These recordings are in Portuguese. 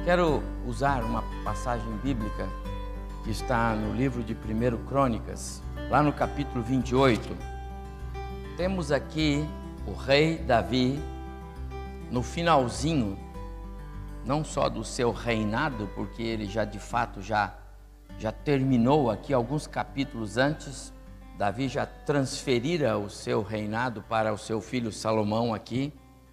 Quero usar uma passagem bíblica que está no livro de 1 Crônicas, lá no capítulo 28. Temos aqui o rei Davi, no finalzinho, não só do seu reinado, porque ele já de fato já terminou aqui alguns capítulos antes. Davi já transferira o seu reinado para o seu filho Salomão aqui.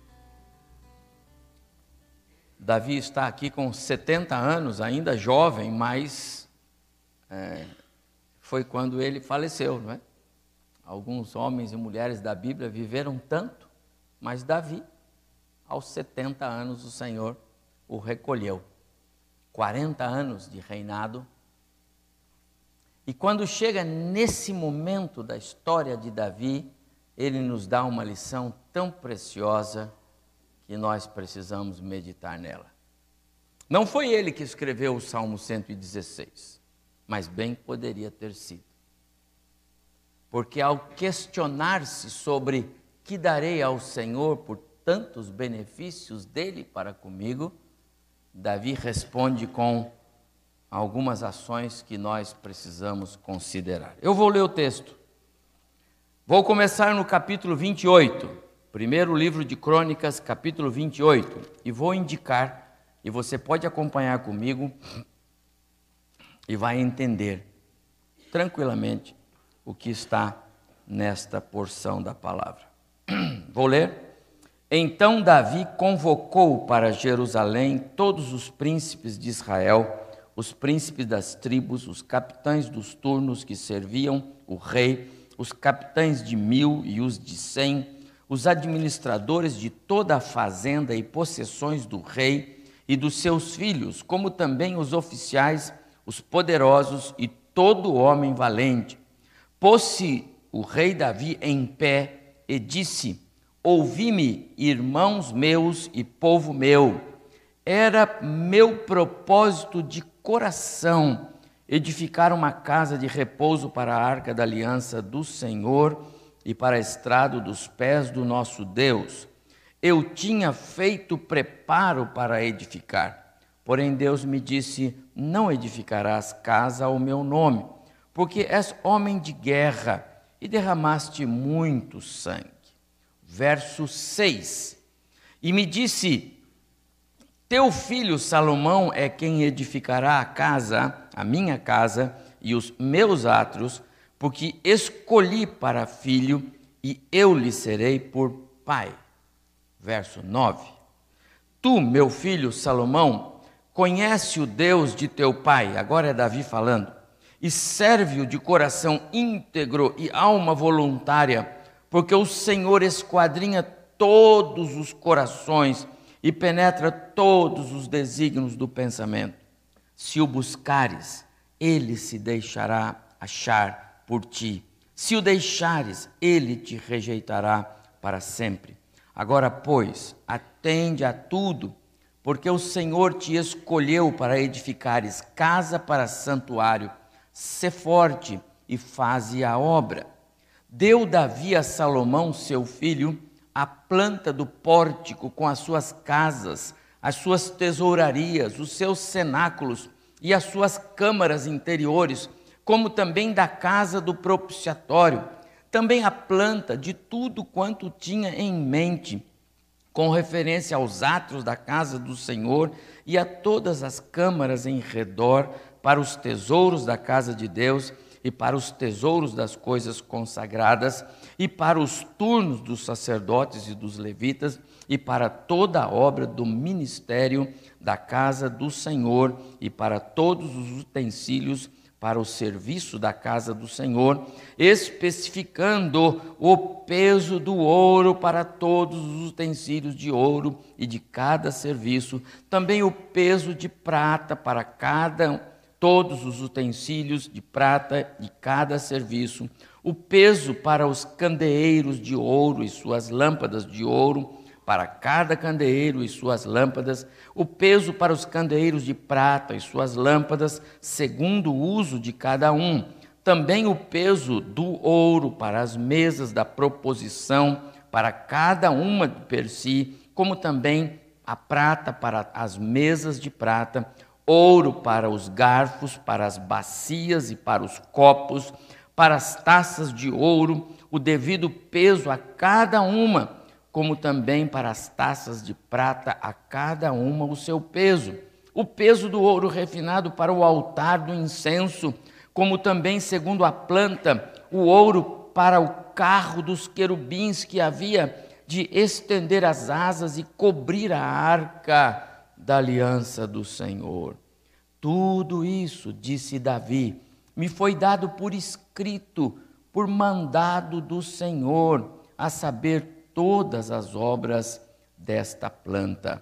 Davi está aqui com 70 anos, ainda jovem, mas foi quando ele faleceu, não é? Alguns homens e mulheres da Bíblia viveram tanto, mas Davi, aos 70 anos, o Senhor o recolheu. 40 anos de reinado. E quando chega nesse momento da história de Davi, ele nos dá uma lição tão preciosa que nós precisamos meditar nela. Não foi ele que escreveu o Salmo 116, mas bem poderia ter sido. Porque ao questionar-se sobre que darei ao Senhor por tantos benefícios dele para comigo, Davi responde com algumas ações que nós precisamos considerar. Eu vou ler o texto. Vou começar no capítulo 28. Primeiro livro de Crônicas, capítulo 28, e vou indicar, e você pode acompanhar comigo, e vai entender tranquilamente o que está nesta porção da palavra. Vou ler. Então Davi convocou para Jerusalém todos os príncipes de Israel, os príncipes das tribos, os capitães dos turnos que serviam o rei, os capitães de 1000 e os de 100, os administradores de toda a fazenda e possessões do rei e dos seus filhos, como também os oficiais, os poderosos e todo homem valente. Pôs-se o rei Davi em pé e disse: ouvi-me, irmãos meus e povo meu. Era meu propósito de coração edificar uma casa de repouso para a arca da aliança do Senhor e para estrado dos pés do nosso Deus. Eu tinha feito preparo para edificar. Porém Deus me disse: não edificarás casa ao meu nome, porque és homem de guerra e derramaste muito sangue. Verso 6. E me disse: teu filho Salomão é quem edificará a casa, a minha casa e os meus átrios, porque escolhi para filho e eu lhe serei por pai. Verso 9. Tu, meu filho Salomão, conhece o Deus de teu pai, agora é Davi falando, e serve-o de coração íntegro e alma voluntária, porque o Senhor esquadrinha todos os corações e penetra todos os desígnios do pensamento. Se o buscares, ele se deixará achar por ti. Se o deixares, ele te rejeitará para sempre. Agora, pois, atende a tudo, porque o Senhor te escolheu para edificares casa para santuário. Sê forte e faze a obra. Deu Davi a Salomão, seu filho, a planta do pórtico com as suas casas, as suas tesourarias, os seus cenáculos e as suas câmaras interiores, como também da casa do propiciatório, também a planta de tudo quanto tinha em mente, com referência aos átrios da casa do Senhor e a todas as câmaras em redor, para os tesouros da casa de Deus e para os tesouros das coisas consagradas, e para os turnos dos sacerdotes e dos levitas, e para toda a obra do ministério da casa do Senhor, e para todos os utensílios para o serviço da casa do Senhor, especificando o peso do ouro para todos os utensílios de ouro e de cada serviço, também o peso de prata para todos os utensílios de prata de cada serviço, o peso para os candeeiros de ouro e suas lâmpadas de ouro, para cada candeeiro e suas lâmpadas, o peso para os candeeiros de prata e suas lâmpadas, segundo o uso de cada um. Também o peso do ouro para as mesas da proposição, para cada uma per si, como também a prata para as mesas de prata, ouro para os garfos, para as bacias e para os copos, para as taças de ouro, o devido peso a cada uma, como também para as taças de prata, a cada uma o seu peso. O peso do ouro refinado para o altar do incenso, como também, segundo a planta, o ouro para o carro dos querubins que havia de estender as asas e cobrir a arca da aliança do Senhor. Tudo isso, disse Davi, me foi dado por escrito, por mandado do Senhor, a saber, todas as obras desta planta.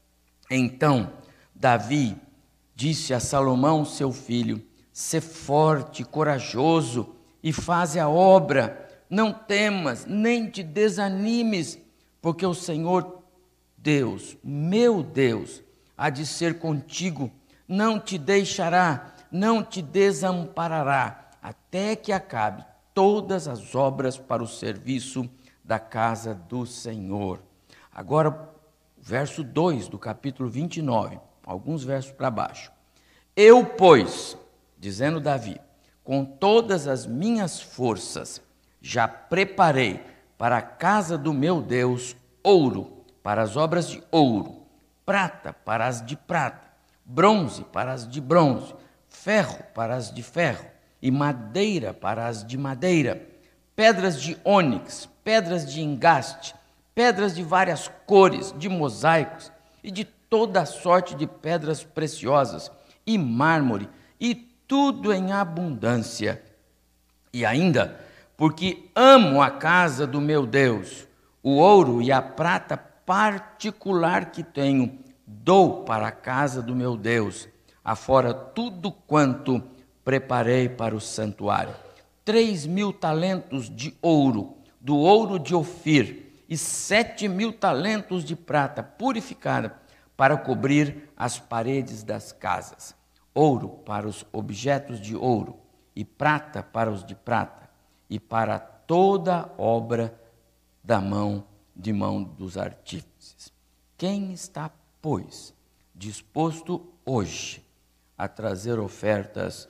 Então, Davi disse a Salomão, seu filho, sê forte, corajoso e faze a obra, não temas, nem te desanimes, porque o Senhor Deus, meu Deus, há de ser contigo, não te deixará, não te desamparará, até que acabe todas as obras para o serviço da casa do Senhor. Agora, verso 2 do capítulo 29, alguns versos para baixo. Eu, pois, dizendo Davi, com todas as minhas forças, já preparei para a casa do meu Deus ouro, para as obras de ouro, prata para as de prata, bronze para as de bronze, ferro para as de ferro, e madeira para as de madeira, pedras de ônix, pedras de engaste, pedras de várias cores, de mosaicos, e de toda sorte de pedras preciosas, e mármore, e tudo em abundância. E ainda, porque amo a casa do meu Deus, o ouro e a prata particular que tenho, dou para a casa do meu Deus, afora tudo quanto preparei para o santuário. 3.000 talentos de ouro, do ouro de Ofir, e 7.000 talentos de prata purificada, para cobrir as paredes das casas. Ouro para os objetos de ouro, e prata para os de prata, e para toda obra da mão dos artífices. Quem está, pois, disposto hoje a trazer ofertas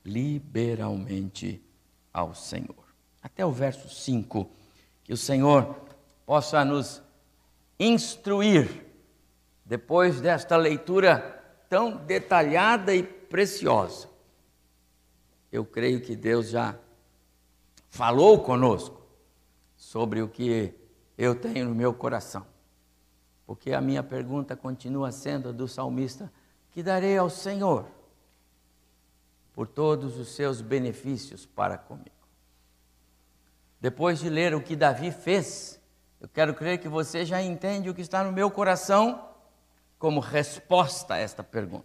liberalmente ao Senhor? Até o verso 5, que o Senhor possa nos instruir, depois desta leitura tão detalhada e preciosa. Eu creio que Deus já falou conosco sobre o que eu tenho no meu coração. Porque a minha pergunta continua sendo a do salmista: que darei ao Senhor por todos os seus benefícios para comigo? Depois de ler o que Davi fez, eu quero crer que você já entende o que está no meu coração como resposta a esta pergunta.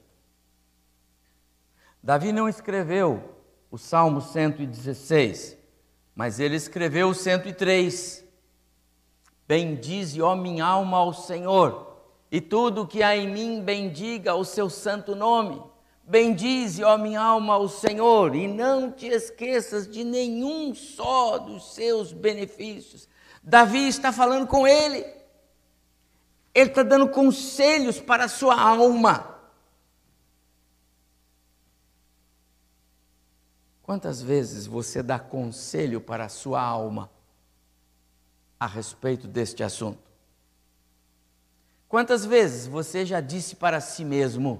Davi não escreveu o Salmo 116, mas ele escreveu o 103. Bendize, ó minha alma, ao Senhor, e tudo que há em mim bendiga o seu santo nome. Bendize, ó minha alma, ao Senhor, e não te esqueças de nenhum só dos seus benefícios. Davi está falando com ele. Ele está dando conselhos para a sua alma. Quantas vezes você dá conselho para a sua alma a respeito deste assunto? Quantas vezes você já disse para si mesmo: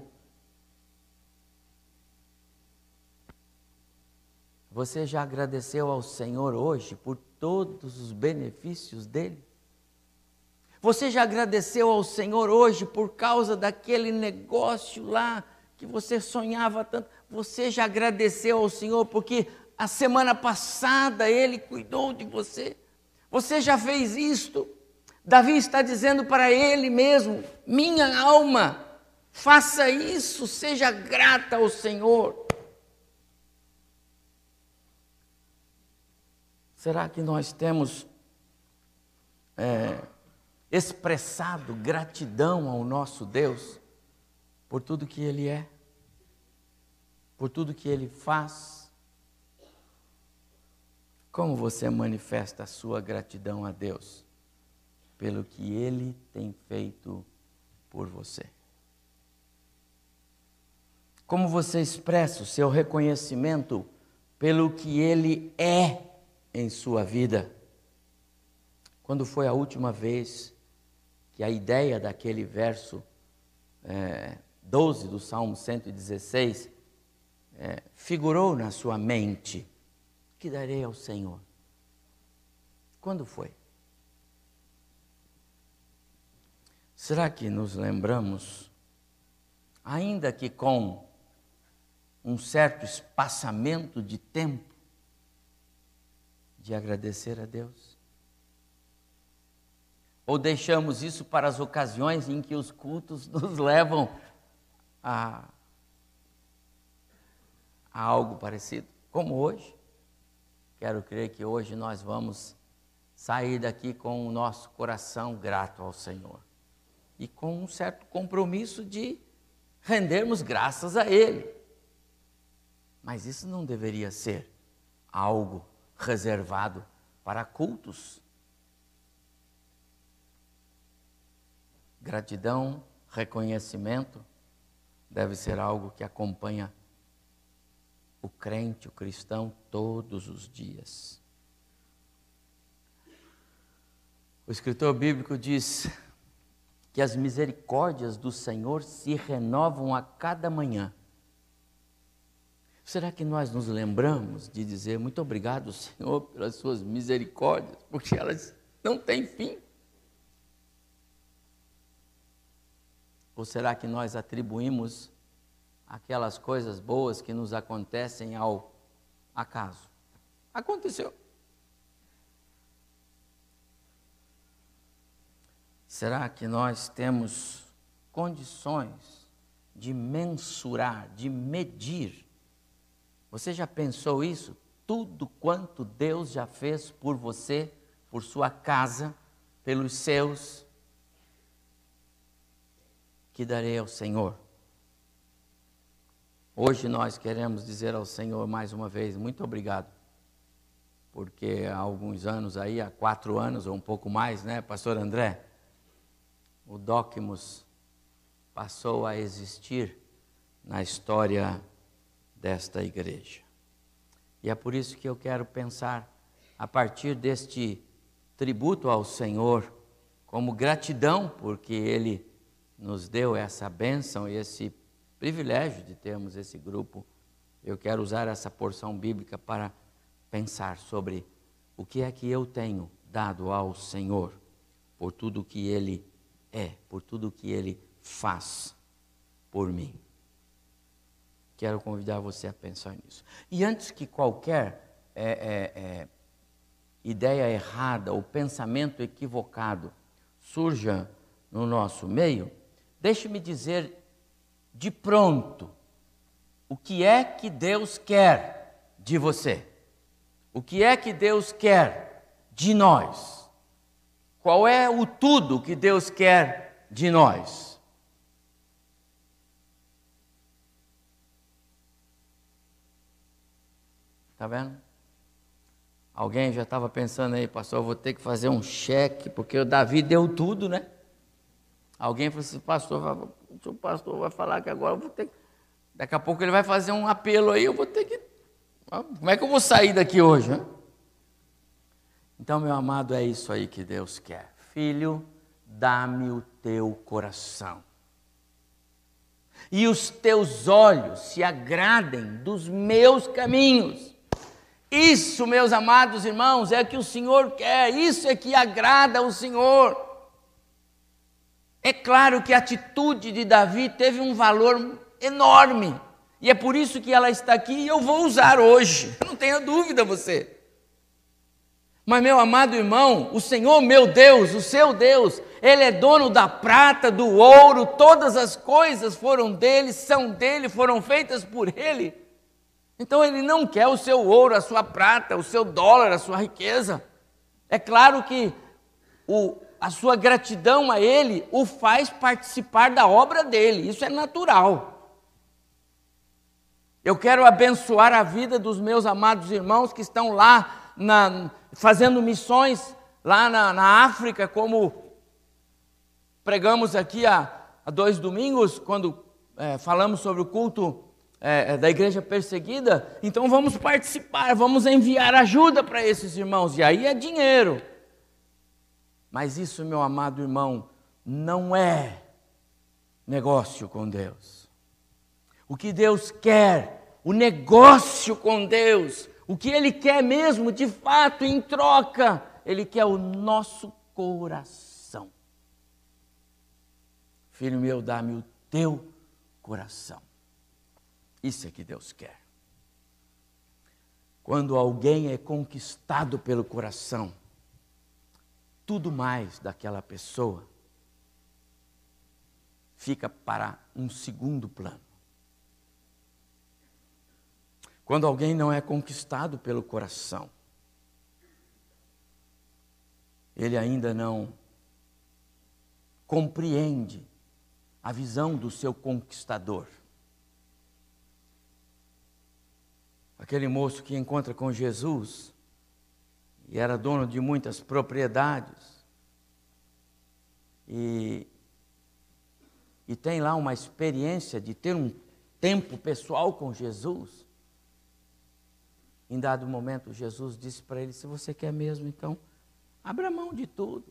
você já agradeceu ao Senhor hoje por todos os benefícios dele? Você já agradeceu ao Senhor hoje por causa daquele negócio lá que você sonhava tanto? Você já agradeceu ao Senhor porque a semana passada Ele cuidou de você? Você já fez isto? Davi está dizendo para ele mesmo: minha alma, faça isso, seja grata ao Senhor. Será que nós temos expressado gratidão ao nosso Deus por tudo que Ele é, por tudo que Ele faz? Como você manifesta a sua gratidão a Deus pelo que Ele tem feito por você. Como você expressa o seu reconhecimento pelo que Ele é em sua vida? Quando foi a última vez que a ideia daquele verso 12 do Salmo 116 figurou na sua mente? Que darei ao Senhor? Quando foi? Será que nos lembramos, ainda que com um certo espaçamento de tempo, de agradecer a Deus? Ou deixamos isso para as ocasiões em que os cultos nos levam a algo parecido, como hoje? Quero crer que hoje nós vamos sair daqui com o nosso coração grato ao Senhor e com um certo compromisso de rendermos graças a Ele. Mas isso não deveria ser algo reservado para cultos. Gratidão, reconhecimento deve ser algo que acompanha o crente, o cristão, todos os dias. O escritor bíblico diz que as misericórdias do Senhor se renovam a cada manhã. Será que nós nos lembramos de dizer muito obrigado, Senhor, pelas suas misericórdias, porque elas não têm fim? Ou será que nós atribuímos aquelas coisas boas que nos acontecem ao acaso? Aconteceu. Será que nós temos condições de mensurar, de medir? Você já pensou isso? Tudo quanto Deus já fez por você, por sua casa, pelos seus, que darei ao Senhor. Hoje nós queremos dizer ao Senhor mais uma vez, muito obrigado, porque há alguns anos aí, há 4 anos ou um pouco mais, né, pastor André, o Docmus passou a existir na história desta igreja. E é por isso que eu quero pensar, a partir deste tributo ao Senhor, como gratidão, porque Ele nos deu essa bênção e esse privilégio de termos esse grupo. Eu quero usar essa porção bíblica para pensar sobre o que é que eu tenho dado ao Senhor, por tudo que Ele é, por tudo que Ele faz por mim. Quero convidar você a pensar nisso. E antes que qualquer ideia errada ou pensamento equivocado surja no nosso meio, deixe-me dizer de pronto o que é que Deus quer de você. O que é que Deus quer de nós? Qual é o tudo que Deus quer de nós? Está vendo? Alguém já estava pensando aí, pastor, eu vou ter que fazer um cheque, porque o Davi deu tudo, né? Alguém falou assim, pastor, o pastor vai falar que agora eu vou ter que... Daqui a pouco ele vai fazer um apelo aí, eu vou ter que... Como é que eu vou sair daqui hoje, né? Então, meu amado, é isso aí que Deus quer. Filho, dá-me o teu coração. E os teus olhos se agradem dos meus caminhos. Isso, meus amados irmãos, é o que o Senhor quer. Isso é que agrada ao Senhor. É claro que a atitude de Davi teve um valor enorme. E é por isso que ela está aqui e eu vou usar hoje. Não tenha dúvida você. Mas, meu amado irmão, o Senhor, meu Deus, o seu Deus, Ele é dono da prata, do ouro, todas as coisas foram dele, são dele, foram feitas por Ele. Então Ele não quer o seu ouro, a sua prata, o seu dólar, a sua riqueza. É claro que a sua gratidão a Ele o faz participar da obra dEle, isso é natural. Eu quero abençoar a vida dos meus amados irmãos que estão lá fazendo missões lá na África, como pregamos aqui há há 2 domingos, quando falamos sobre o culto da igreja perseguida. Então vamos participar, vamos enviar ajuda para esses irmãos, e aí é dinheiro. Mas isso, meu amado irmão, não é negócio com Deus. O que Deus quer, o negócio com Deus, o que Ele quer mesmo, de fato, em troca, Ele quer o nosso coração. Filho meu, dá-me o teu coração. Isso é que Deus quer. Quando alguém é conquistado pelo coração, tudo mais daquela pessoa fica para um segundo plano. Quando alguém não é conquistado pelo coração, ele ainda não compreende a visão do seu conquistador. Aquele moço que encontra com Jesus e era dono de muitas propriedades e tem lá uma experiência de ter um tempo pessoal com Jesus. Em dado momento, Jesus disse para ele: se você quer mesmo, então, abra mão de tudo.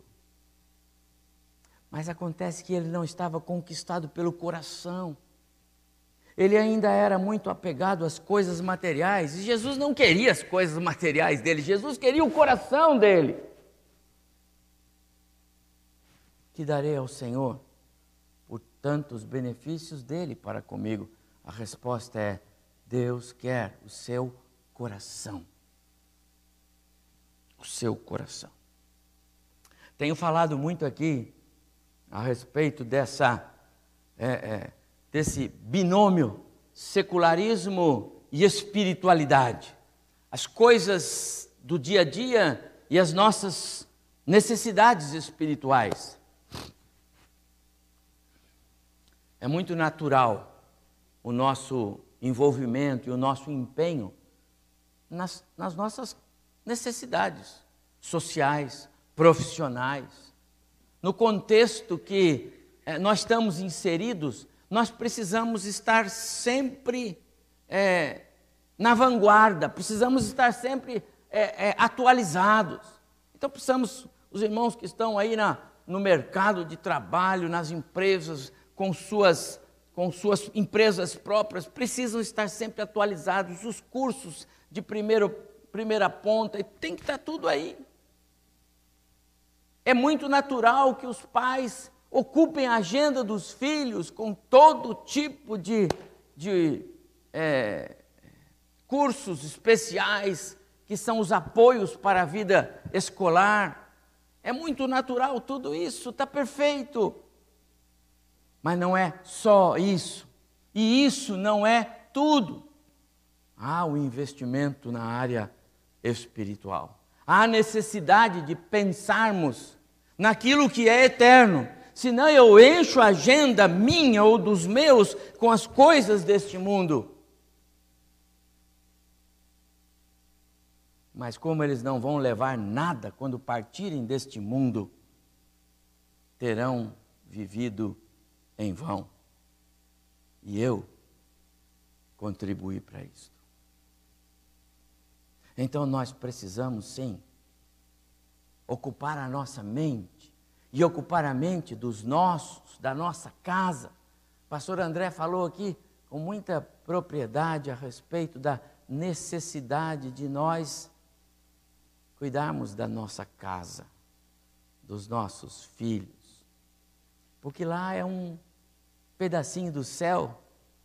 Mas acontece que ele não estava conquistado pelo coração. Ele ainda era muito apegado às coisas materiais. E Jesus não queria as coisas materiais dele. Jesus queria o coração dele. Que darei ao Senhor por tantos benefícios dele para comigo? A resposta é: Deus quer o seu coração. O seu coração. Tenho falado muito aqui a respeito desse binômio secularismo e espiritualidade. As coisas do dia a dia e as nossas necessidades espirituais. É muito natural o nosso envolvimento e o nosso empenho nas nossas necessidades sociais, profissionais. No contexto que nós estamos inseridos, nós precisamos estar sempre na vanguarda, precisamos estar sempre atualizados. Então precisamos, os irmãos que estão aí no mercado de trabalho, nas empresas, com suas empresas próprias, precisam estar sempre atualizados, os cursos de primeira ponta, tem que estar tudo aí. É muito natural que os pais ocupem a agenda dos filhos com todo tipo de cursos especiais, que são os apoios para a vida escolar. É muito natural tudo isso, está perfeito. Mas não é só isso. E isso não é tudo. Há o investimento na área espiritual. Há a necessidade de pensarmos naquilo que é eterno. Senão eu encho a agenda minha ou dos meus com as coisas deste mundo. Mas como eles não vão levar nada quando partirem deste mundo, terão vivido em vão. E eu contribuí para isso. Então nós precisamos sim ocupar a nossa mente e ocupar a mente dos nossos, da nossa casa. O pastor André falou aqui com muita propriedade a respeito da necessidade de nós cuidarmos da nossa casa, dos nossos filhos, porque lá é um pedacinho do céu.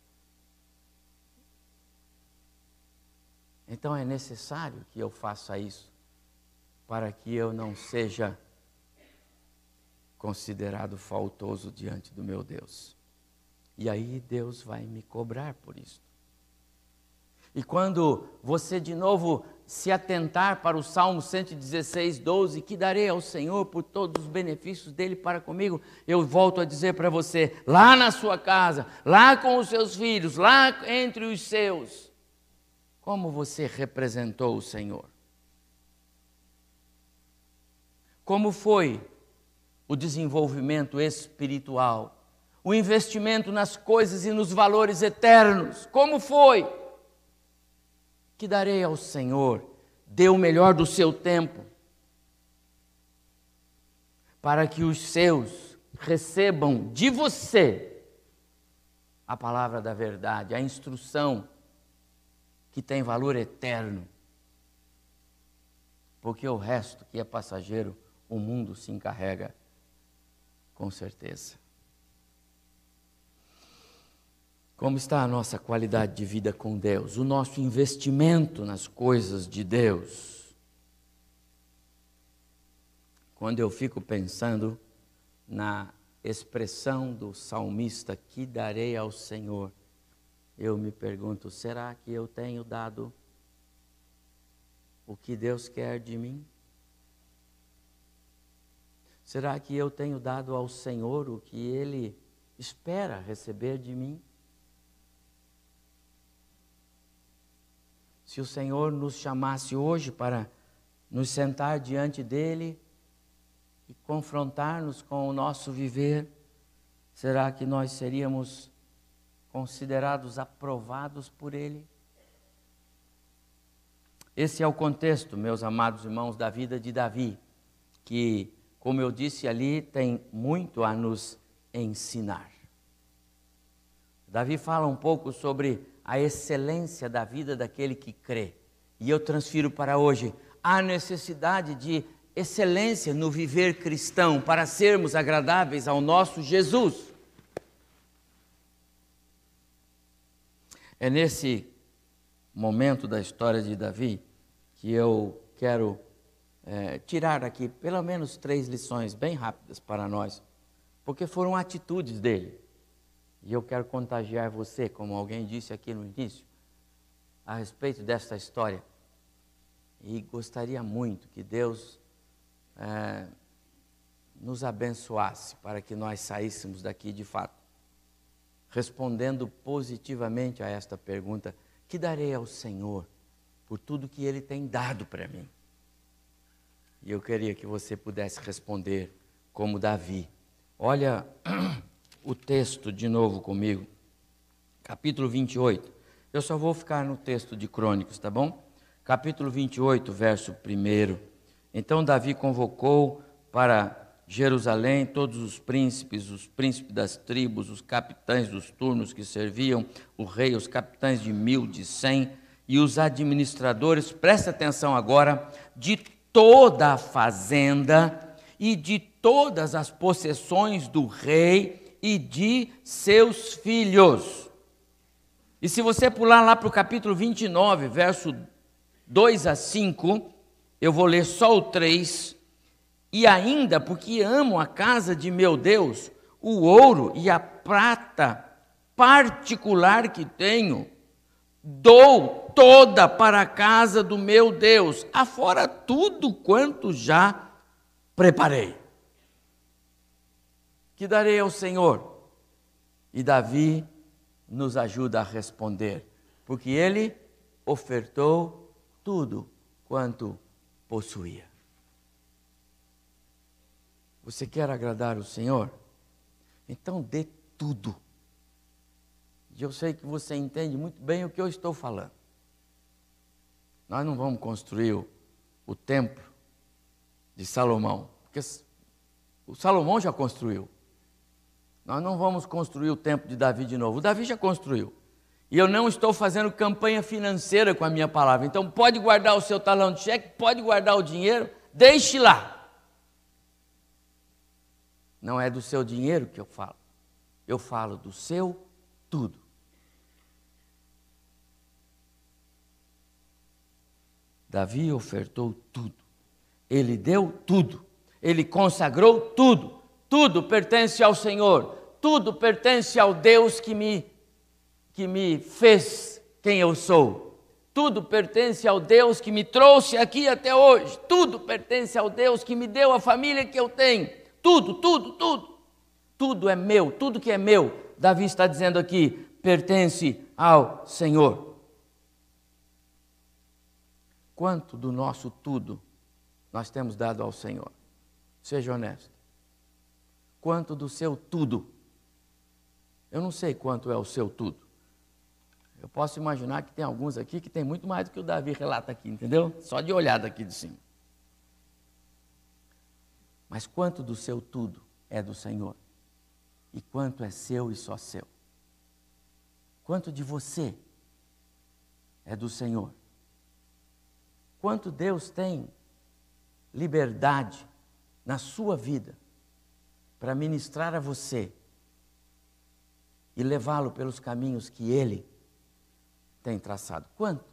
Então é necessário que eu faça isso para que eu não seja considerado faltoso diante do meu Deus. E aí Deus vai me cobrar por isso. E quando você de novo se atentar para o Salmo 116, 12, que darei ao Senhor por todos os benefícios dele para comigo, eu volto a dizer para você, lá na sua casa, lá com os seus filhos, lá entre os seus, como você representou o Senhor? Como foi o desenvolvimento espiritual, o investimento nas coisas e nos valores eternos. Como foi? Que darei ao Senhor, dê o melhor do seu tempo, para que os seus recebam de você a palavra da verdade, a instrução que tem valor eterno. Porque o resto, que é passageiro, o mundo se encarrega com certeza. Como está a nossa qualidade de vida com Deus? O nosso investimento nas coisas de Deus? Quando eu fico pensando na expressão do salmista, que darei ao Senhor, eu me pergunto, será que eu tenho dado o que Deus quer de mim? Será que eu tenho dado ao Senhor o que Ele espera receber de mim? Se o Senhor nos chamasse hoje para nos sentar diante dEle e confrontar-nos com o nosso viver, será que nós seríamos considerados aprovados por Ele? Esse é o contexto, meus amados irmãos, da vida de Davi, que, como eu disse ali, tem muito a nos ensinar. Davi fala um pouco sobre a excelência da vida daquele que crê. E eu transfiro para hoje a necessidade de excelência no viver cristão para sermos agradáveis ao nosso Jesus. É nesse momento da história de Davi que eu quero tirar aqui pelo menos 3 lições bem rápidas para nós, porque foram atitudes dele. E eu quero contagiar você, como alguém disse aqui no início, a respeito desta história. E gostaria muito que Deus nos abençoasse para que nós saíssemos daqui de fato, respondendo positivamente a esta pergunta: que darei ao Senhor por tudo que Ele tem dado para mim? E eu queria que você pudesse responder como Davi. Olha o texto de novo comigo, capítulo 28. Eu só vou ficar no texto de Crônicas, tá bom? Capítulo 28, verso 1. Então Davi convocou para Jerusalém todos os príncipes das tribos, os capitães dos turnos que serviam o rei, os capitães de 1000, de 100 e os administradores, presta atenção agora, de toda a fazenda e de todas as possessões do rei e de seus filhos. E se você pular lá para o capítulo 29, verso 2 a 5, eu vou ler só o 3. E ainda, porque amo a casa de meu Deus, o ouro e a prata particular que tenho, dou toda para a casa do meu Deus, afora tudo quanto já preparei. Que darei ao Senhor? E Davi nos ajuda a responder, porque ele ofertou tudo quanto possuía. Você quer agradar o Senhor? Então dê tudo. E eu sei que você entende muito bem o que eu estou falando. Nós não vamos construir o templo de Salomão, porque o Salomão já construiu. Nós não vamos construir o templo de Davi de novo. O Davi já construiu. E eu não estou fazendo campanha financeira com a minha palavra. Então pode guardar o seu talão de cheque, pode guardar o dinheiro, deixe lá. Não é do seu dinheiro que eu falo. Eu falo do seu tudo. Davi ofertou tudo. Ele deu tudo. Ele consagrou tudo. Tudo pertence ao Senhor, tudo pertence ao Deus que me fez quem eu sou. Tudo pertence ao Deus que me trouxe aqui até hoje. Tudo pertence ao Deus que me deu a família que eu tenho. Tudo, tudo, tudo. Tudo é meu, tudo que é meu, Davi está dizendo aqui, pertence ao Senhor. Quanto do nosso tudo nós temos dado ao Senhor? Seja honesto. Quanto do seu tudo Eu não sei quanto é o seu tudo. Eu posso imaginar que tem alguns aqui que tem muito mais do que o Davi relata aqui, entendeu? Só de olhar daqui de cima. Mas quanto do seu tudo é do Senhor? E quanto é seu e só seu? Quanto de você é do Senhor? Quanto Deus tem liberdade na sua vida para ministrar a você e levá-lo pelos caminhos que Ele tem traçado? Quanto?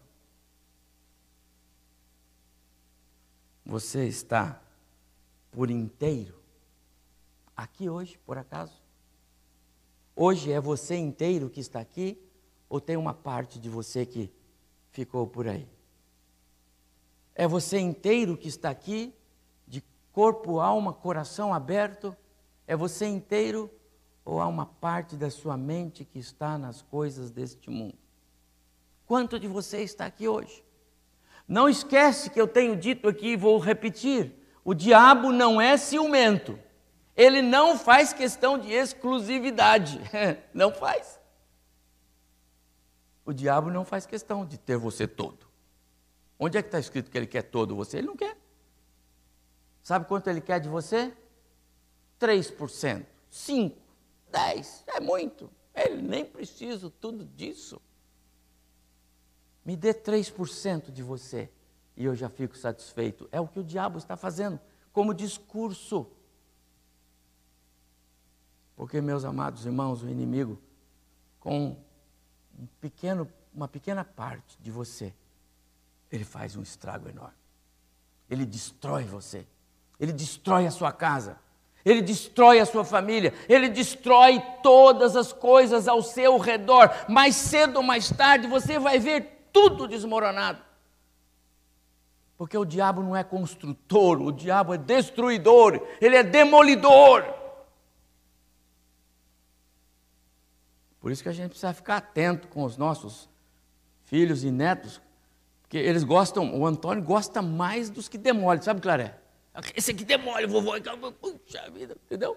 Você está por inteiro aqui hoje, por acaso? Hoje é você inteiro que está aqui ou tem uma parte de você que ficou por aí? É você inteiro que está aqui, de corpo, alma, coração aberto? É você inteiro ou há uma parte da sua mente que está nas coisas deste mundo? Quanto de você está aqui hoje? Não esquece que eu tenho dito aqui e vou repetir: o diabo não é ciumento. Ele não faz questão de exclusividade. Não faz. O diabo não faz questão de ter você todo. Onde é que está escrito que ele quer todo você? Ele não quer. Sabe quanto ele quer de você? 3%, 5%, 10%, é muito. Ele nem precisa tudo disso. Me dê 3% de você e eu já fico satisfeito. É o que o diabo está fazendo como discurso. Porque, meus amados irmãos, o inimigo, com uma pequena parte de você, ele faz um estrago enorme. Ele destrói você. Ele destrói a sua casa. Ele destrói a sua família. Ele destrói todas as coisas ao seu redor. Mais cedo ou mais tarde você vai ver tudo desmoronado. Porque o diabo não é construtor, o diabo é destruidor, ele é demolidor. Por isso que a gente precisa ficar atento com os nossos filhos e netos, porque eles gostam, o Antônio gosta mais dos que demolem, sabe, Claré? Esse aqui demole, vovô, puxa vida, entendeu?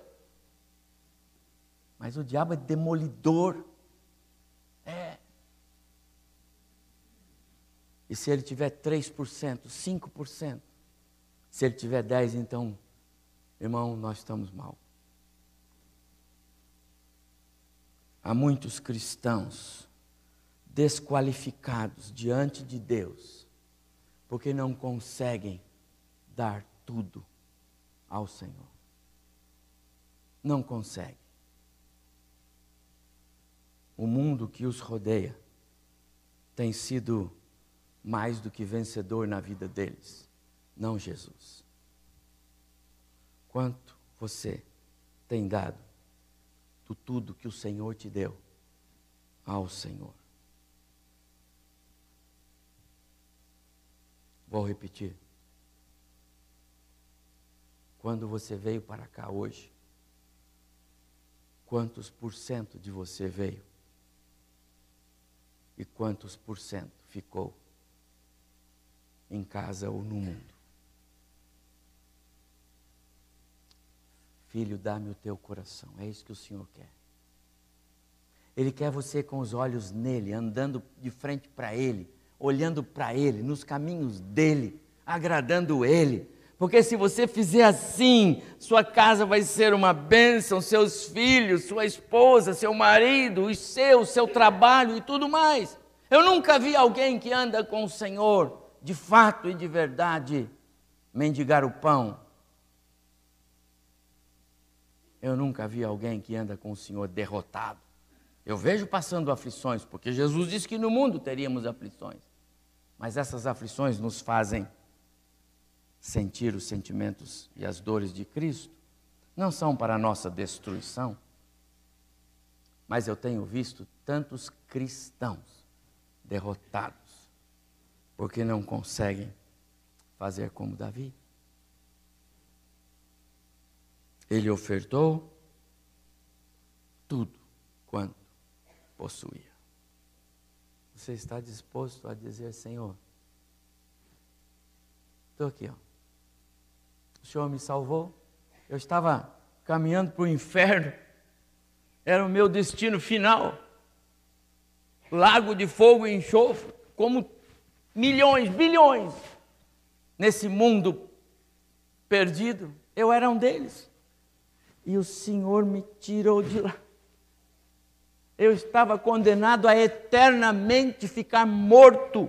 Mas o diabo é demolidor. É. E se ele tiver 3%, 5%, se ele tiver 10%, então, irmão, nós estamos mal. Há muitos cristãos desqualificados diante de Deus, porque não conseguem dar tudo ao Senhor. Não conseguem. O mundo que os rodeia tem sido mais do que vencedor na vida deles, não Jesus. Quanto você tem dado do tudo que o Senhor te deu ao Senhor? Vou repetir. Quando você veio para cá hoje, quantos por cento de você veio? E quantos por cento ficou em casa ou no mundo? Filho, dá-me o teu coração. É isso que o Senhor quer. Ele quer você com os olhos nele, andando de frente para ele, olhando para ele, nos caminhos dele, agradando ele. Porque se você fizer assim, sua casa vai ser uma bênção, seus filhos, sua esposa, seu marido, os seus, seu trabalho e tudo mais. Eu nunca vi alguém que anda com o Senhor, de fato e de verdade, mendigar o pão. Eu nunca vi alguém que anda com o Senhor derrotado. Eu vejo passando aflições, porque Jesus disse que no mundo teríamos aflições. Mas essas aflições nos fazem sentir os sentimentos e as dores de Cristo. Não são para a nossa destruição. Mas eu tenho visto tantos cristãos derrotados, porque não conseguem fazer como Davi. Ele ofertou tudo quanto possuía. Você está disposto a dizer: Senhor, estou aqui, ó. O Senhor me salvou. Eu estava caminhando para o inferno. era o meu destino final. Lago de fogo e enxofre, como milhões, bilhões, nesse mundo perdido. Eu era um deles. E o Senhor me tirou de lá. Eu estava condenado a eternamente ficar morto.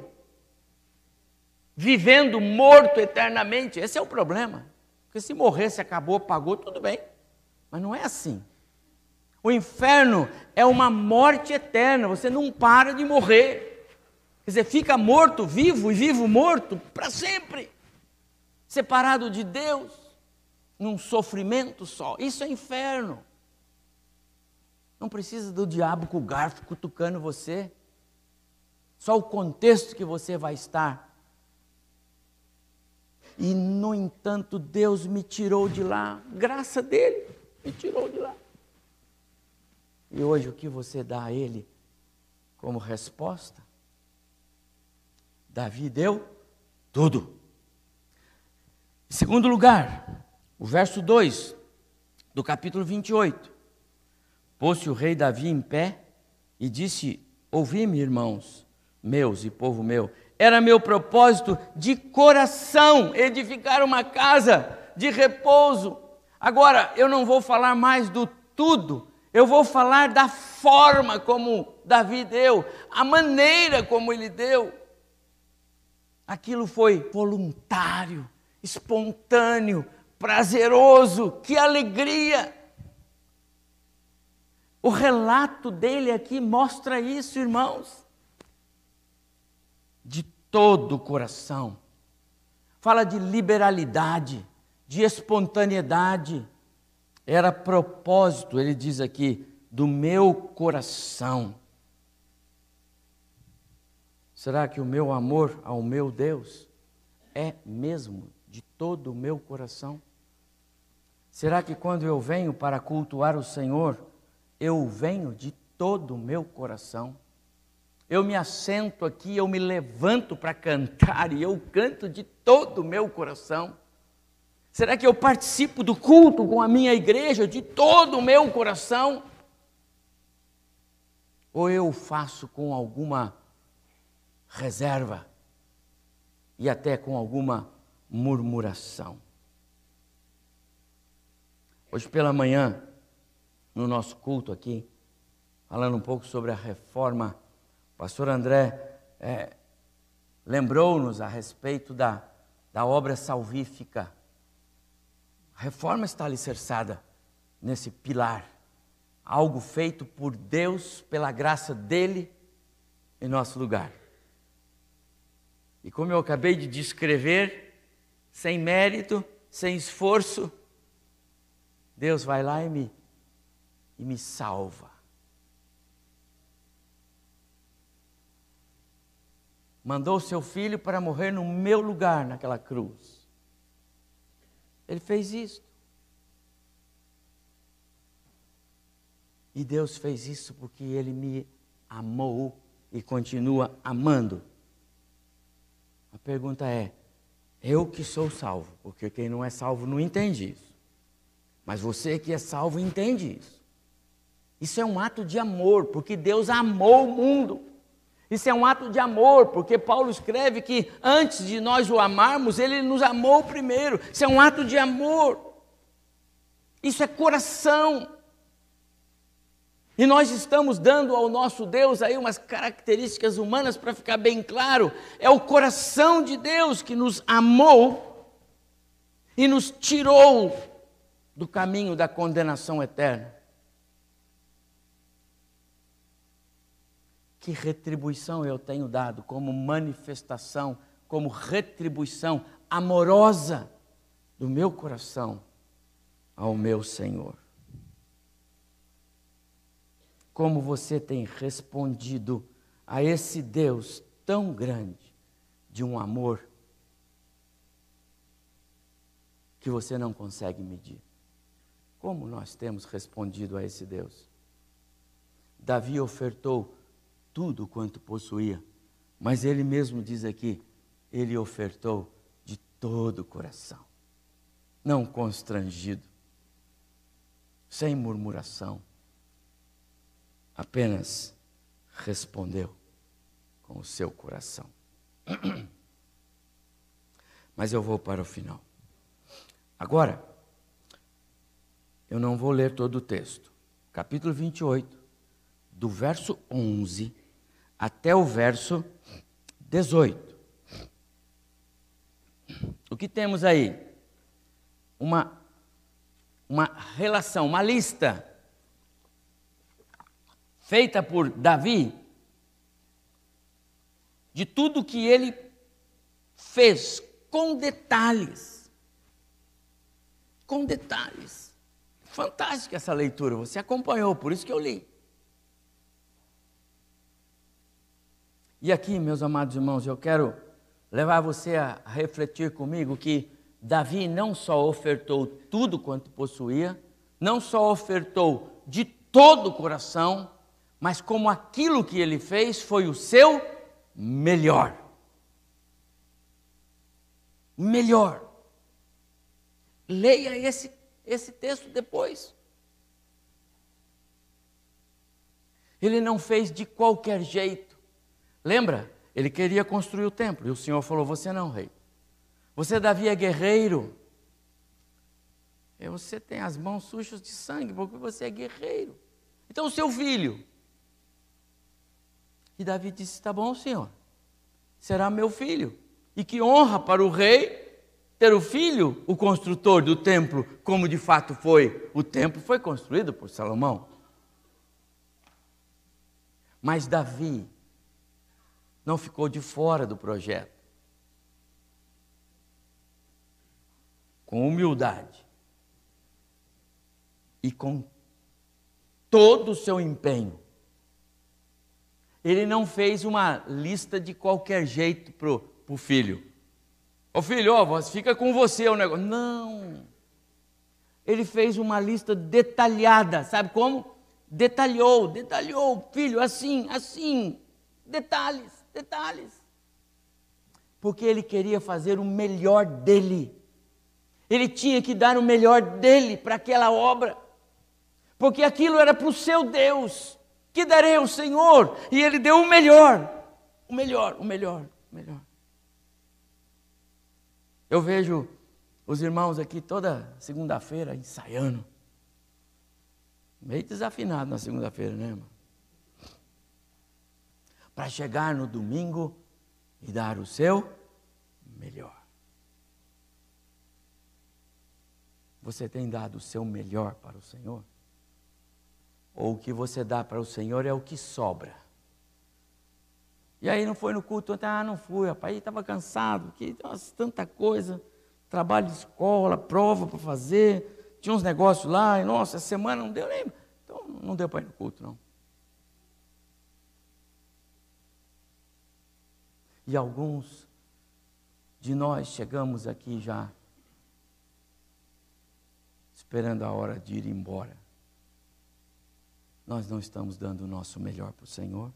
Vivendo morto eternamente. Esse é o problema. Porque se morresse, acabou, pagou, tudo bem. Mas não é assim. O inferno é uma morte eterna. Você não para de morrer. Quer dizer, fica morto, vivo e vivo morto para sempre. Separado de Deus, num sofrimento só. Isso é inferno. Não precisa do diabo com o garfo cutucando você. Só o contexto que você vai estar. E, no entanto, Deus me tirou de lá. Graça dele, me tirou de lá. E hoje o que você dá a ele como resposta? Davi deu tudo. Em segundo lugar, o verso 2 do capítulo 28. Pôs-se o rei Davi em pé e disse: ouvi-me, irmãos meus e povo meu, era meu propósito de coração edificar uma casa de repouso. Agora, eu não vou falar mais do tudo, eu vou falar da forma como Davi deu, a maneira como ele deu. Aquilo foi voluntário, espontâneo, prazeroso, que alegria! O relato dele aqui mostra isso, irmãos. De todo o coração. Fala de liberalidade, de espontaneidade. Era propósito, ele diz aqui, do meu coração. Será que o meu amor ao meu Deus é mesmo de todo o meu coração? Será que quando eu venho para cultuar o Senhor, eu venho de todo o meu coração? Eu me assento aqui, eu me levanto para cantar e eu canto de todo o meu coração. Será que eu participo do culto com a minha igreja de todo o meu coração? Ou eu faço com alguma reserva e até com alguma murmuração? Hoje pela manhã, no nosso culto aqui, falando um pouco sobre a reforma, o pastor André lembrou-nos a respeito da obra salvífica. A reforma está alicerçada nesse pilar. Algo feito por Deus, pela graça dele, em nosso lugar. E como eu acabei de descrever, sem mérito, sem esforço, Deus vai lá e me salva. Mandou o seu filho para morrer no meu lugar naquela cruz. Ele fez isso. E Deus fez isso porque Ele me amou e continua amando. A pergunta é, eu que sou salvo, porque quem não é salvo não entende isso. Mas você que é salvo entende isso. Isso é um ato de amor, porque Deus amou o mundo. Isso é um ato de amor, porque Paulo escreve que antes de nós o amarmos, Ele nos amou primeiro. Isso é um ato de amor. Isso é coração. E nós estamos dando ao nosso Deus aí umas características humanas para ficar bem claro. É o coração de Deus que nos amou e nos tirou do caminho da condenação eterna. Que retribuição eu tenho dado como manifestação, como retribuição amorosa do meu coração ao meu Senhor. Como você tem respondido a esse Deus tão grande, de um amor que você não consegue medir? Como nós temos respondido a esse Deus? Davi ofertou tudo quanto possuía, mas ele mesmo diz aqui, ele ofertou de todo o coração, não constrangido, sem murmuração, apenas respondeu com o seu coração. Mas eu vou para o final. Agora, eu não vou ler todo o texto. Capítulo 28, do verso 11 até o verso 18. O que temos aí? Uma relação, uma lista feita por Davi de tudo que ele fez, com detalhes. Com detalhes. Fantástica essa leitura, você acompanhou, por isso que eu li. E aqui, meus amados irmãos, eu quero levar você a refletir comigo que Davi não só ofertou tudo quanto possuía, não só ofertou de todo o coração, mas como aquilo que ele fez foi o seu melhor. Melhor. Leia esse texto depois. Ele não fez de qualquer jeito. Lembra? Ele queria construir o templo e o Senhor falou: você não, rei. Você, Davi, é guerreiro. E você tem as mãos sujas de sangue porque você é guerreiro. Então, o seu filho. E Davi disse: está bom, Senhor. Será meu filho. E que honra para o rei ter o filho, o construtor do templo, como de fato foi. O templo foi construído por Salomão. Mas Davi não ficou de fora do projeto. Com humildade e com todo o seu empenho. Ele não fez uma lista de qualquer jeito para o filho. Ô filho, fica com você o negócio. Não. Ele fez uma lista detalhada, sabe como? Detalhou, filho, assim, detalhes. Porque ele queria fazer o melhor dele. Ele tinha que dar o melhor dele para aquela obra. Porque aquilo era para o seu Deus. Que darei ao Senhor? E ele deu o melhor. O melhor. Eu vejo os irmãos aqui toda segunda-feira ensaiando. Meio desafinado na segunda-feira, né, irmão? Para chegar no domingo e dar o seu melhor. Você tem dado o seu melhor para o Senhor? Ou o que você dá para o Senhor é o que sobra? E aí não foi no culto, não fui, rapaz, estava cansado, que tanta coisa, trabalho de escola, prova para fazer, tinha uns negócios lá, e nossa, essa semana não deu nem, então não deu para ir no culto, não. E alguns de nós chegamos aqui já esperando a hora de ir embora. Nós não estamos dando o nosso melhor para o Senhor.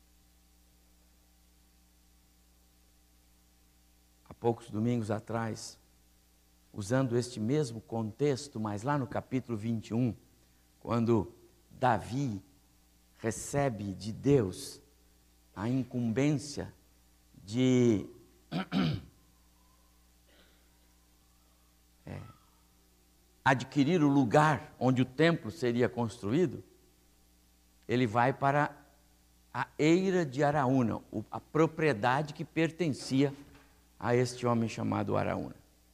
Há poucos domingos atrás, usando este mesmo contexto, mas lá no capítulo 21, quando Davi recebe de Deus a incumbência de adquirir o lugar onde o templo seria construído, ele vai para a eira de Araúna, a propriedade que pertencia a este homem chamado Araúna.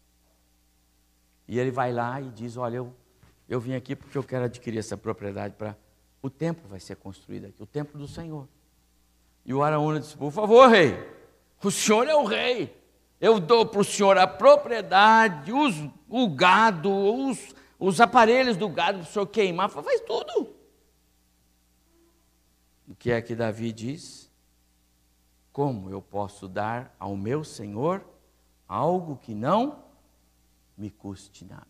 E ele vai lá e diz: olha, eu vim aqui porque eu quero adquirir essa propriedade para... O templo vai ser construído aqui, o templo do Senhor. E o Araúna disse: por favor, rei, o senhor é o rei. Eu dou para o senhor a propriedade, o gado, os aparelhos do gado para o senhor queimar, faz tudo. O que é que Davi diz? Como eu posso dar ao meu Senhor algo que não me custe nada?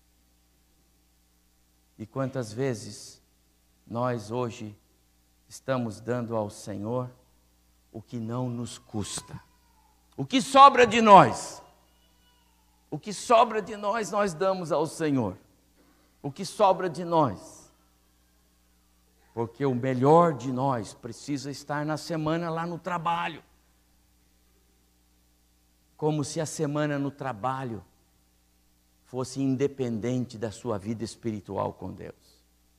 E quantas vezes nós hoje estamos dando ao Senhor o que não nos custa? O que sobra de nós? O que sobra de nós damos ao Senhor. O que sobra de nós. Porque o melhor de nós precisa estar na semana lá no trabalho. Como se a semana no trabalho fosse independente da sua vida espiritual com Deus.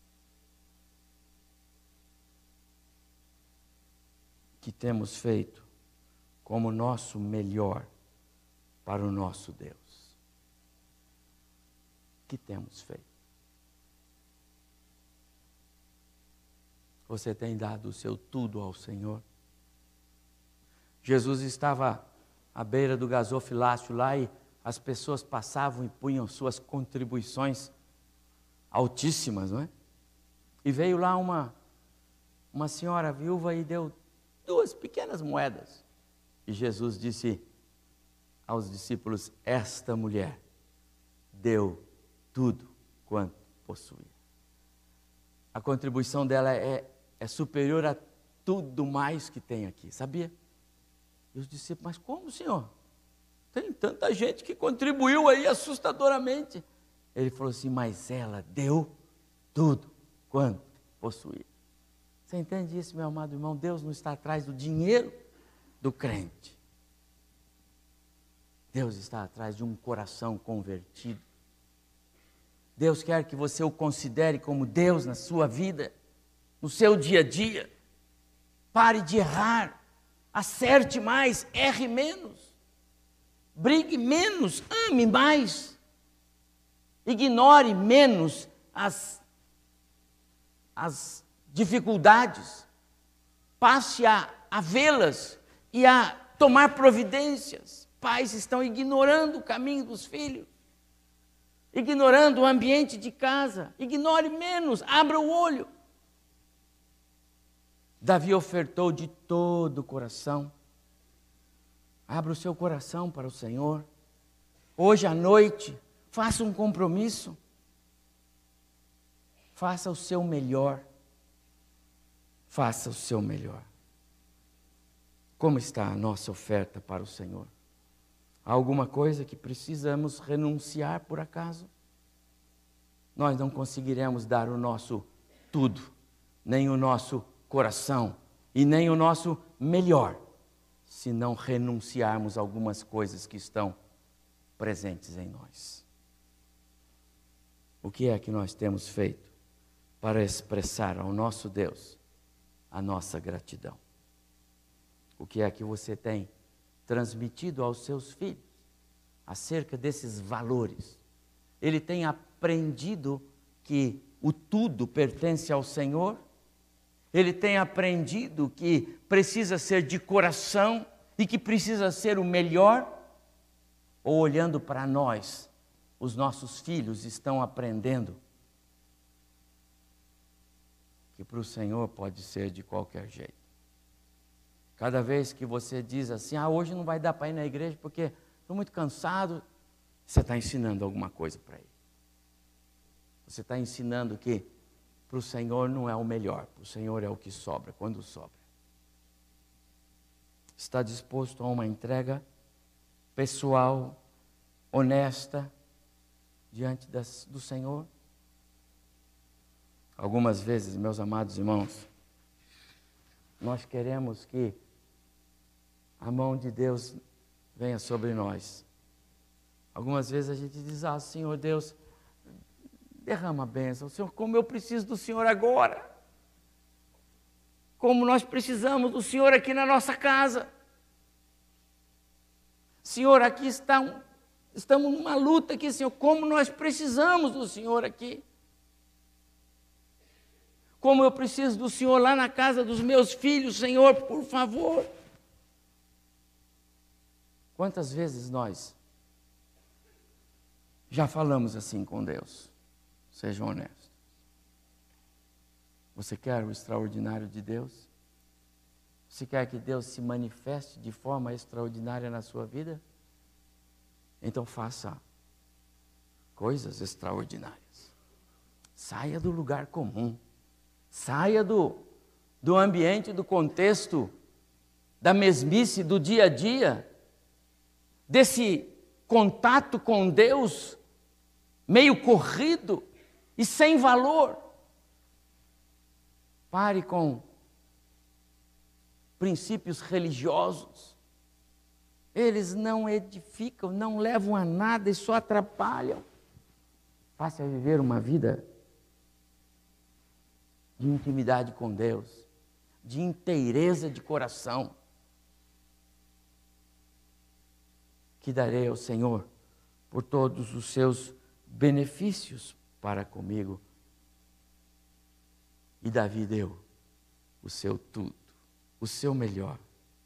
Que temos feito como nosso melhor para o nosso Deus. Que temos feito? Você tem dado o seu tudo ao Senhor? Jesus estava à beira do gasofilácio lá e as pessoas passavam e punham suas contribuições altíssimas, não é? E veio lá uma senhora viúva e deu 2 pequenas moedas. E Jesus disse aos discípulos: esta mulher deu tudo quanto possuía. A contribuição dela é superior a tudo mais que tem aqui, sabia? E os discípulos: mas como, Senhor? Tem tanta gente que contribuiu aí assustadoramente. Ele falou assim: mas ela deu tudo quanto possuía. Você entende isso, meu amado irmão? Deus não está atrás do dinheiro do crente. Deus está atrás de um coração convertido. Deus quer que você o considere como Deus na sua vida, no seu dia a dia. Pare de errar, acerte mais, erre menos, brigue menos, ame mais, ignore menos as dificuldades, passe a vê-las e a tomar providências. Pais estão ignorando o caminho dos filhos, ignorando o ambiente de casa. Ignore menos, abra o olho. Davi ofertou de todo o coração. Abra o seu coração para o Senhor. Hoje à noite, faça um compromisso. Faça o seu melhor. Faça o seu melhor. Como está a nossa oferta para o Senhor? Há alguma coisa que precisamos renunciar por acaso? Nós não conseguiremos dar o nosso tudo, nem o nosso coração e nem o nosso melhor, se não renunciarmos a algumas coisas que estão presentes em nós. O que é que nós temos feito para expressar ao nosso Deus a nossa gratidão? O que é que você tem transmitido aos seus filhos acerca desses valores? Ele tem aprendido que o tudo pertence ao Senhor? Ele tem aprendido que precisa ser de coração e que precisa ser o melhor? Ou olhando para nós, os nossos filhos estão aprendendo que para o Senhor pode ser de qualquer jeito? Cada vez que você diz assim: hoje não vai dar para ir na igreja porque estou muito cansado, você está ensinando alguma coisa para ele. Você está ensinando que para o Senhor não é o melhor, para o Senhor é o que sobra, quando sobra. Está disposto a uma entrega pessoal, honesta, diante do Senhor? Algumas vezes, meus amados irmãos, nós queremos que a mão de Deus venha sobre nós. Algumas vezes a gente diz: Senhor Deus, derrama a bênção. Senhor, como eu preciso do Senhor agora. Como nós precisamos do Senhor aqui na nossa casa. Senhor, aqui estamos numa luta aqui, Senhor. Como nós precisamos do Senhor aqui. Como eu preciso do Senhor lá na casa dos meus filhos, Senhor, por favor. Quantas vezes nós já falamos assim com Deus? Sejam honestos. Você quer o extraordinário de Deus? Você quer que Deus se manifeste de forma extraordinária na sua vida? Então faça coisas extraordinárias. Saia do lugar comum. Saia do ambiente, do contexto, da mesmice do dia a dia, desse contato com Deus meio corrido e sem valor, Pare com princípios religiosos. Eles não edificam, não levam a nada e só atrapalham. Passe a viver uma vida de intimidade com Deus, de inteireza de coração. Que darei ao Senhor por todos os seus benefícios para comigo. E Davi deu o seu tudo, o seu melhor,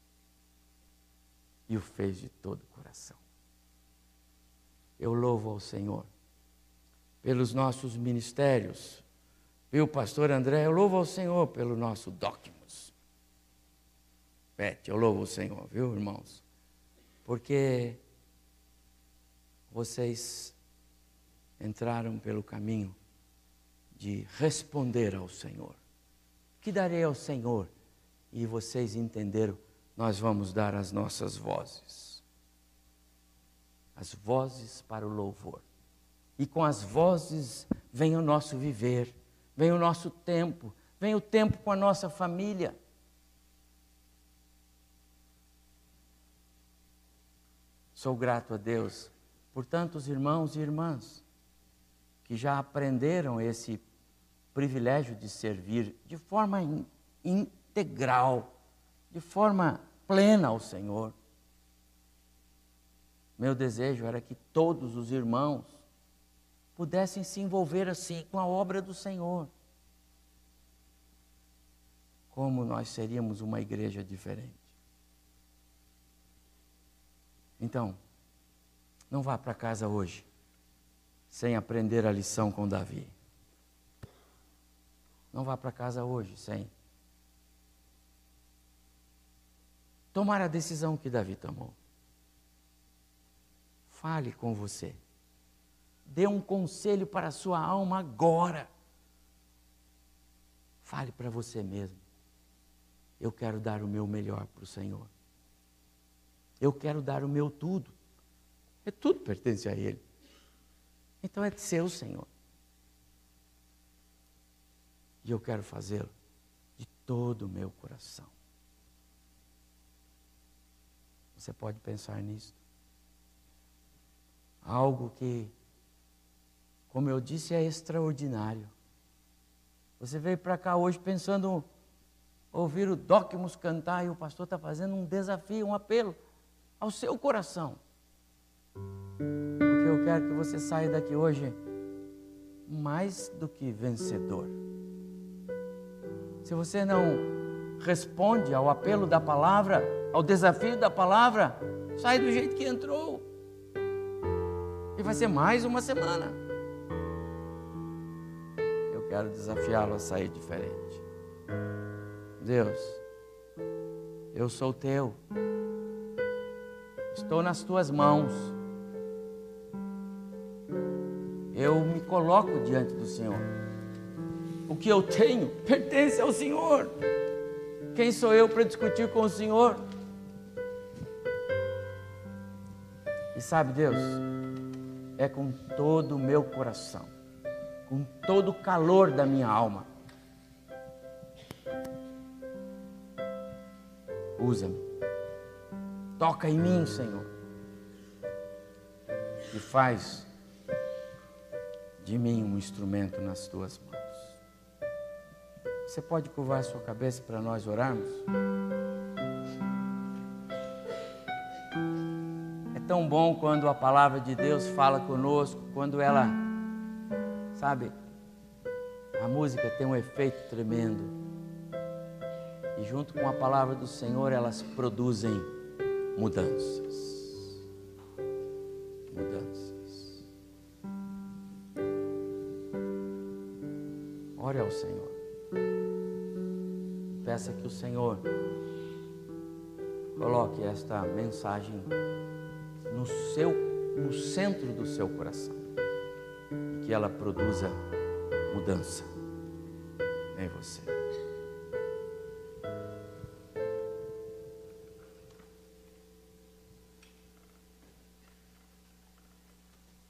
e o fez de todo o coração. Eu louvo ao Senhor pelos nossos ministérios, viu, pastor André? Eu louvo ao Senhor pelo nosso Docmus. Pete, eu louvo ao Senhor, viu, irmãos? Porque vocês entraram pelo caminho de responder ao Senhor. Que darei ao Senhor? E vocês entenderam, nós vamos dar as nossas vozes. As vozes para o louvor. E com as vozes vem o nosso viver, vem o nosso tempo, vem o tempo com a nossa família. Sou grato a Deus por tantos irmãos e irmãs que já aprenderam esse privilégio de servir de forma integral, de forma plena ao Senhor. Meu desejo era que todos os irmãos pudessem se envolver assim com a obra do Senhor. Como nós seríamos uma igreja diferente. Então, não vá para casa hoje sem aprender a lição com Davi. Não vá para casa hoje sem tomar a decisão que Davi tomou. Fale com você. Dê um conselho para a sua alma agora. Fale para você mesmo. Eu quero dar o meu melhor para o Senhor. Eu quero dar o meu tudo. Tudo pertence a Ele. Então é seu, Senhor. E eu quero fazê-lo de todo o meu coração. Você pode pensar nisso. Algo que, como eu disse, é extraordinário. Você veio para cá hoje pensando ouvir o Docmus cantar e o pastor está fazendo um desafio, um apelo ao seu coração. Porque eu quero que você saia daqui hoje mais do que vencedor. Se você não responde ao apelo da palavra, ao desafio da palavra, sai do jeito que entrou. E vai ser mais uma semana. Eu quero desafiá-lo a sair diferente. Deus, eu sou teu. Estou nas tuas mãos. Eu me coloco diante do Senhor. O que eu tenho pertence ao Senhor. Quem sou eu para discutir com o Senhor? E sabe, Deus, é com todo o meu coração, com todo o calor da minha alma. Usa-me. Toca em mim, Senhor. E faz de mim um instrumento nas tuas mãos. Você pode curvar a sua cabeça para nós orarmos? É tão bom quando a palavra de Deus fala conosco, quando ela, sabe, a música tem um efeito tremendo. E junto com a palavra do Senhor, elas produzem mudanças. Mudanças. Ore ao Senhor. Peça que o Senhor coloque esta mensagem no centro do seu coração. E que ela produza mudança em você.